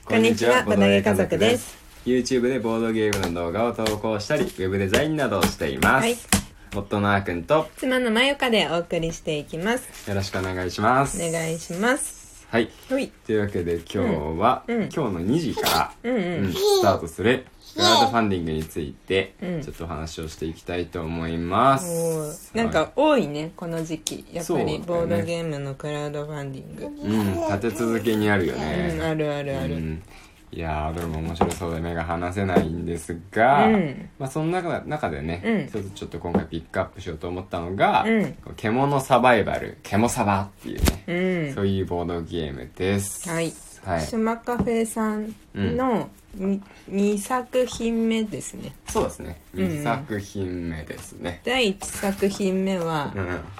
こんにちは、ボドゲ家族です。 YouTube でボードゲームの動画を投稿したり、ウェブデザインなどをしています、はい、夫のあーくんと妻のまゆかでお送りしていきます。 よろしくお願いします。 お願いします。 はい、というわけで今日は、今日の2時から、スタートするクラウドファンディングについてちょっとお話をしていきたいと思います、 なんか多いね、この時期やっぱりボードゲームのクラウドファンディング、 立て続けにあるよね、 あるあるある、 いやーどれも面白そうで目が離せないんですが、その中でね、ちょっと今回ピックアップしようと思ったのが、獣サバイバル、ケモサバっていうね、そういうボードゲームです。 はい、シマカフェさんの2作品目ですね。 そうですね、2作品目ですね。 第1作品目は、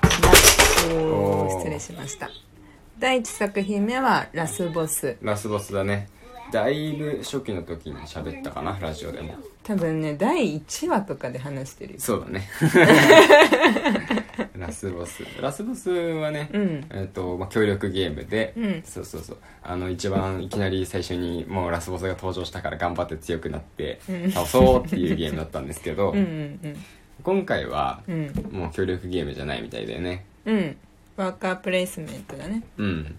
失礼しました。第1作品目はラスボスだね。だいぶ初期の時に喋ったかな、ラジオでも。 多分ね、第1話とかで話してるよ。 そうだねラスボスはね、協力ゲームで、一番いきなり最初にもうラスボスが登場したから頑張って強くなって倒そうっていうゲームだったんですけど今回は、もう協力ゲームじゃないみたいだよね。 ワーカープレイスメントだね。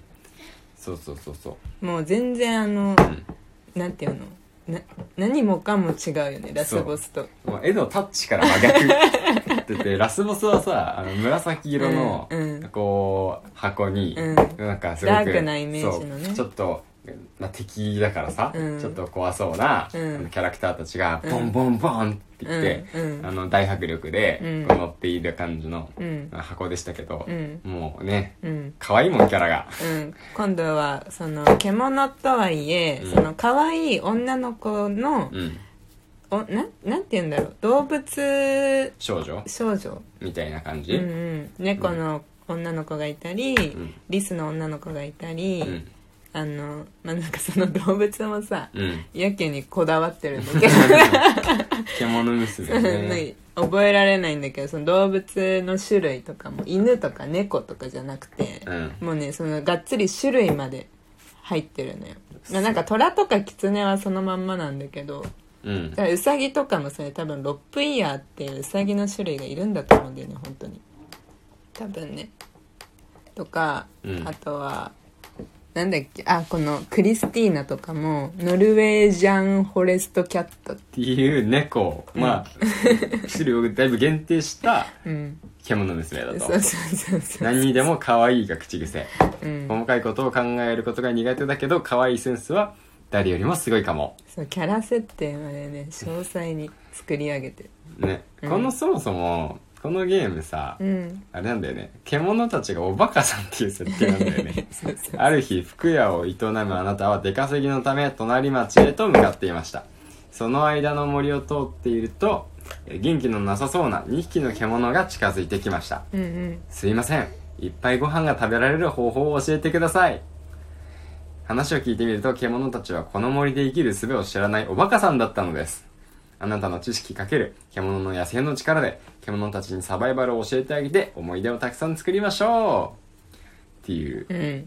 そうもう全然なんていうの、何もかも違うよね、ラスボスと。 もう絵のタッチから真逆っててラスボスはさ、紫色の、こう箱に、なんかすごくダークなイメージのね、 ちょっと敵だからさ、ちょっと怖そうな、キャラクターたちがボンボンボンって言って、大迫力で、こう乗っている感じの、箱でしたけど、もうね、可愛いもんキャラが、 今度はその獣とはいえ、その可愛い女の子の、なんて言うんだろう、動物少女みたいな感じ、 猫の女の子がいたり、リスの女の子がいたり、なんかその動物もさ、やけにこだわってるんだけど獣娘ね覚えられないんだけど、その動物の種類とかも犬とか猫とかじゃなくて、もうね、そのがっつり種類まで入ってるのよ。なんか虎とか狐はそのまんまなんだけど、だからウサギとかもそれ多分ロップイヤーっていうウサギの種類がいるんだと思うんだよね、本当に多分ね。とか、あとはなんだっけ、このクリスティーナとかもノルウェージャンフォレストキャットっていう猫、種類をだいぶ限定した獣娘だと。何にでも可愛いが口癖、細かいことを考えることが苦手だけど可愛いセンスは誰よりもすごいかも。 そう、キャラ設定までね詳細に作り上げてるね、そもそもこのゲームさ、あれなんだよね、獣たちがおバカさんっていう設定なんだよねある日服屋を営むあなたは出稼ぎのため隣町へと向かっていました。その間の森を通っていると元気のなさそうな2匹の獣が近づいてきました。すいません、いっぱいご飯が食べられる方法を教えてください。話を聞いてみると獣たちはこの森で生きる術を知らないおバカさんだったのです。あなたの知識かける獣の野生の力で獣たちにサバイバルを教えてあげて思い出をたくさん作りましょうっていう、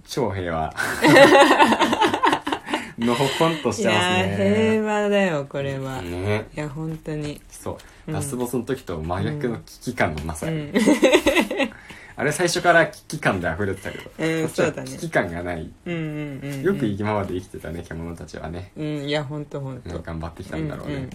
超平和のほほんとしてますね。 いや平和だよこれは、いや本当にそう、ラスボスの時と真逆の危機感のなさ、あれ最初から危機感で溢れてたけど、こっちは危機感がない、よく今まで生きてたね獣たちはね。 いやほんと頑張ってきたんだろうね。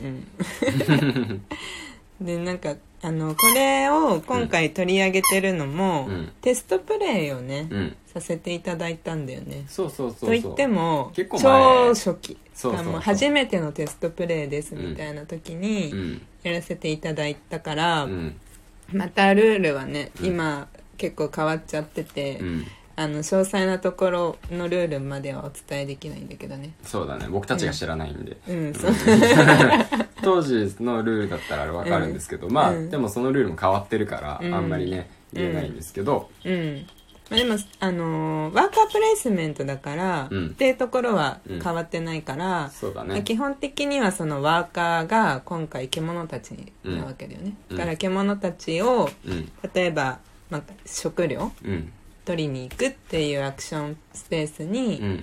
でなんかこれを今回取り上げてるのも、テストプレイをね、させていただいたんだよね。と言っても結構超初期、初めてのテストプレイですみたいな時にやらせていただいたから、またルールはね、今結構変わっちゃってて、詳細なところのルールまではお伝えできないんだけどね。 そうだね、僕たちが知らないんで、当時のルールだったら分かるんですけど、でもそのルールも変わってるから、あんまりね言えないんですけど、でもワーカープレイスメントだから、っていうところは変わってないから、 そうだね、 基本的にはそのワーカーが今回獣たちなわけだよね。だから獣たちを、例えば、食料、取りに行くっていうアクションスペースに、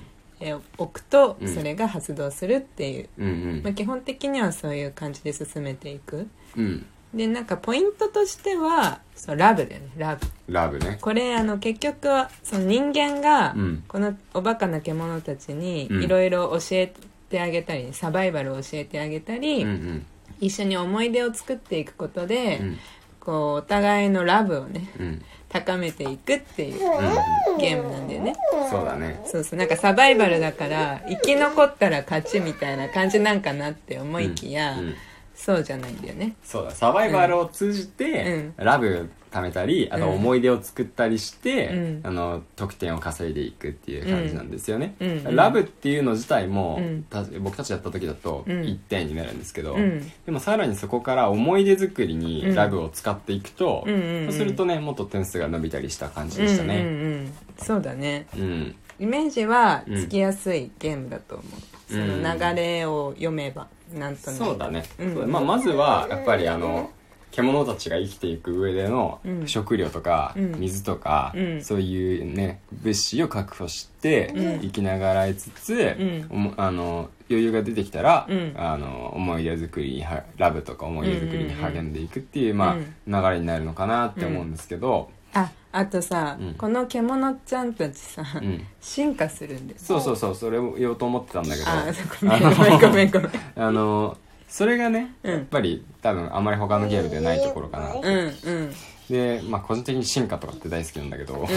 置くとそれが発動するっていう、 うんうんまあ、基本的にはそういう感じで進めていく、 うん、 でなんかポイントとしてはそうラブだよね。 ラブね。 これ結局はその人間がうんこのおバカな獣たちにうんいろいろ教えてあげたり、サバイバルを教えてあげたり、 うんうん一緒に思い出を作っていくことで、 うんこうお互いのラブをねうん高めていくっていううんゲームなんだよね。 そうだね。 そうそう、なんかサバイバルだから生き残ったら勝ちみたいな感じなんかなって思いきや、 うんうんそうじゃないんだよね。 そうだ、サバイバルを通じて、ラブ貯めたり、あと思い出を作ったりして、得点を稼いでいくっていう感じなんですよね、ラブっていうの自体も、僕たちやった時だと1点になるんですけど、でもさらにそこから思い出作りにラブを使っていくと、そうするとね、もっと点数が伸びたりした感じでしたね。 そうだね、 うん、 イメージはつきやすいゲームだと思う、その流れを読めばなんとなく。 そうだね、まずはやっぱり獣たちが生きていく上での食料とか水とか、そういうね物資を確保して生きながらえつつ、余裕が出てきたら、思い出作りにラブとか思い出作りに励んでいくっていう、流れになるのかなって思うんですけど、 あとさ、この獣ちゃんたちさ、進化するんです。 そうそれを言おうと思ってたんだけど、 ごめんそれがね、やっぱり多分あんまり他のゲームではないところかなって、で個人的に進化とかって大好きなんだけど、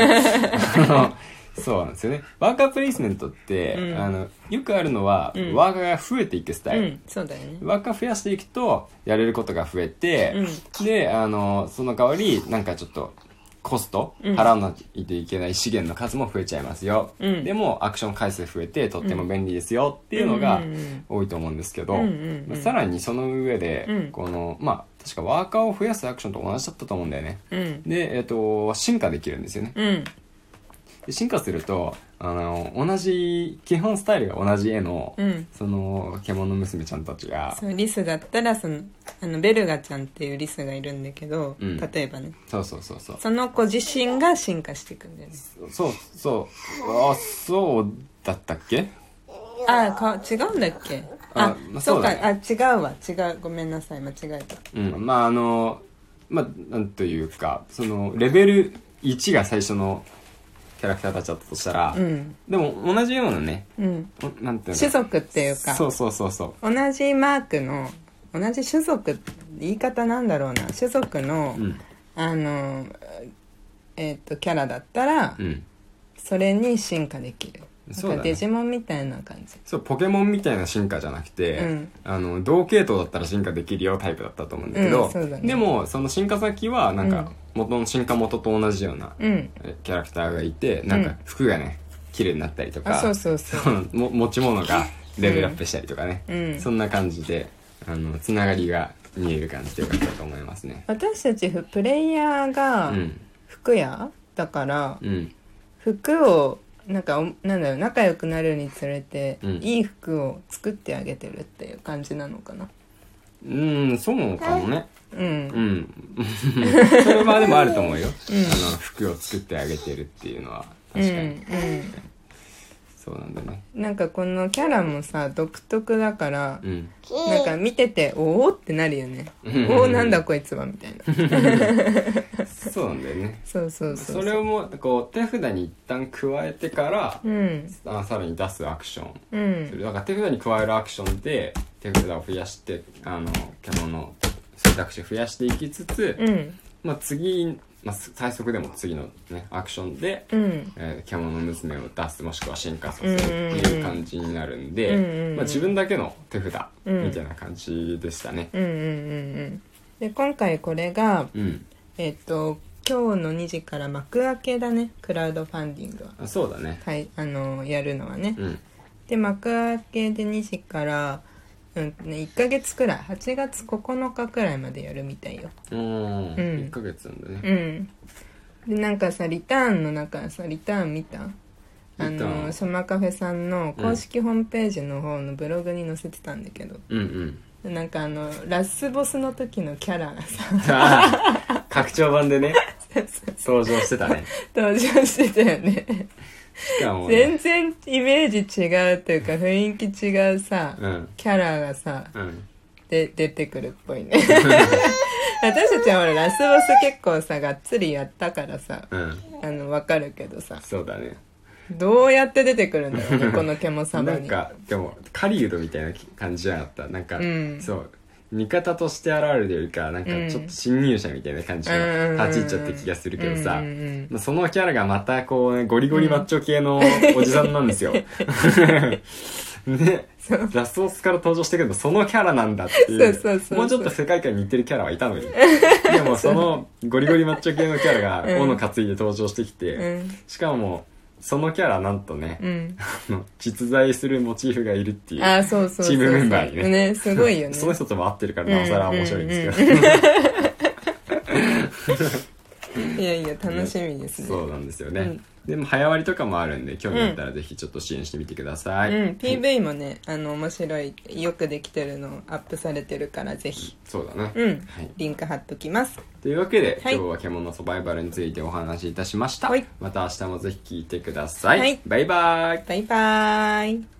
そうなんですよね。ワーカープレイスメントって、よくあるのは、ワーカーが増えていくスタイル、 そうだよね。 ワーカー増やしていくとやれることが増えて、でその代わりなんかちょっとコスト、払わないといけない資源の数も増えちゃいますよ、でもアクション回数増えてとっても便利ですよっていうのが多いと思うんですけど、さらにその上で、この確かワーカーを増やすアクションと同じだったと思うんだよね、で進化できるんですよね、で進化すると同じ基本スタイルが同じ絵の、その獣娘ちゃんたちが、 そうリスだったらベルガちゃんっていうリスがいるんだけど、例えばね、その子自身が進化していくんだよね。 そうだったっけ？ 違うんだっけ？そうか、違う、ごめんなさい、間違えた。 なんというか、そのレベル1が最初のキャラクターたちだったとしたら、でも同じようなね、なんていうの、 種族っていうか、 そう同じマークの同じ種族、言い方なんだろうな、種族の、キャラだったら、それに進化できる。なんかデジモンみたいな感じ。 そう、ポケモンみたいな進化じゃなくて、同系統だったら進化できるよタイプだったと思うんだけど、でもその進化先はなんか元の進化元と同じようなキャラクターがいて、なんか服がね綺麗になったりとか、持ち物がレベルアップしたりとかね、そんな感じでつながりが見える感じでよかったと思いますね。 私たちプレイヤーが服屋だから、服をなんだろう、仲良くなるにつれて、いい服を作ってあげてるっていう感じなのかな。 そうかもね。それはでもあると思うよ。服を作ってあげてるっていうのは確かに。そうなんだね。 なんかこのキャラもさ独特だから、なんか見てておおってなるよね。おお、なんだこいつはみたいな。 そうなんだよね。 そうそれをもこう手札に一旦加えてから、さらに出すアクション、だから手札に加えるアクションで手札を増やして獣の選択肢を増やしていきつつ、次、最速でも次の、ね、アクションで、獣娘を出すもしくは進化させるっていう感じになるんで、自分だけの手札みたいな感じでしたね。 で今回これが、今日の2時から幕開けだね、クラウドファンディングは。 そうだね、 やるのはね、で幕開けで2時から1ヶ月くらい、8月9日くらいまでやるみたいよ。 1ヶ月なんだね。 でなんかさ、リターンの中さ、リターン見た？ソマカフェさんの公式ホームページの方のブログに載せてたんだけど、なんかラスボスの時のキャラがさ拡張版でね登場してたね。 登場してたよね。 しかも、ね、 全然イメージ違うというか雰囲気違うさ、キャラがさ、で出てくるっぽいね私たちはほらラスボス結構さがっつりやったからさ、わかるけどさ、 そうだね、 どうやって出てくるんだろうねこのケモ様に。 なんかでも狩人みたいな感じじゃなかった。なんか、そう味方として現れるよりかなんかちょっと侵入者みたいな感じの立ち入っちゃった気がするけどさ、そのキャラがまたこう、ね、ゴリゴリマッチョ系のおじさんなんですよね、ラスボスから登場してくるとそのキャラなんだっていう、もうちょっと世界観に似てるキャラはいたのにでもそのゴリゴリマッチョ系のキャラが斧担いで登場してきて、しかもそのキャラなんとね、実在するモチーフがいるっていうチームメンバーにね、 すごいよねその人とも合ってるからなおさら面白いんですけど、 いやいや楽しみですね。 そうなんですよね、でも早割りとかもあるんで興味あったらぜひちょっと支援してみてください。 PV もね面白いよくできてるのアップされてるからぜひ、 そうだね、 リンク貼っときます。 というわけで、今日は獣サバイバルについてお話しいたしました。また明日もぜひ聞いてください。バイバイ。 バイバイ。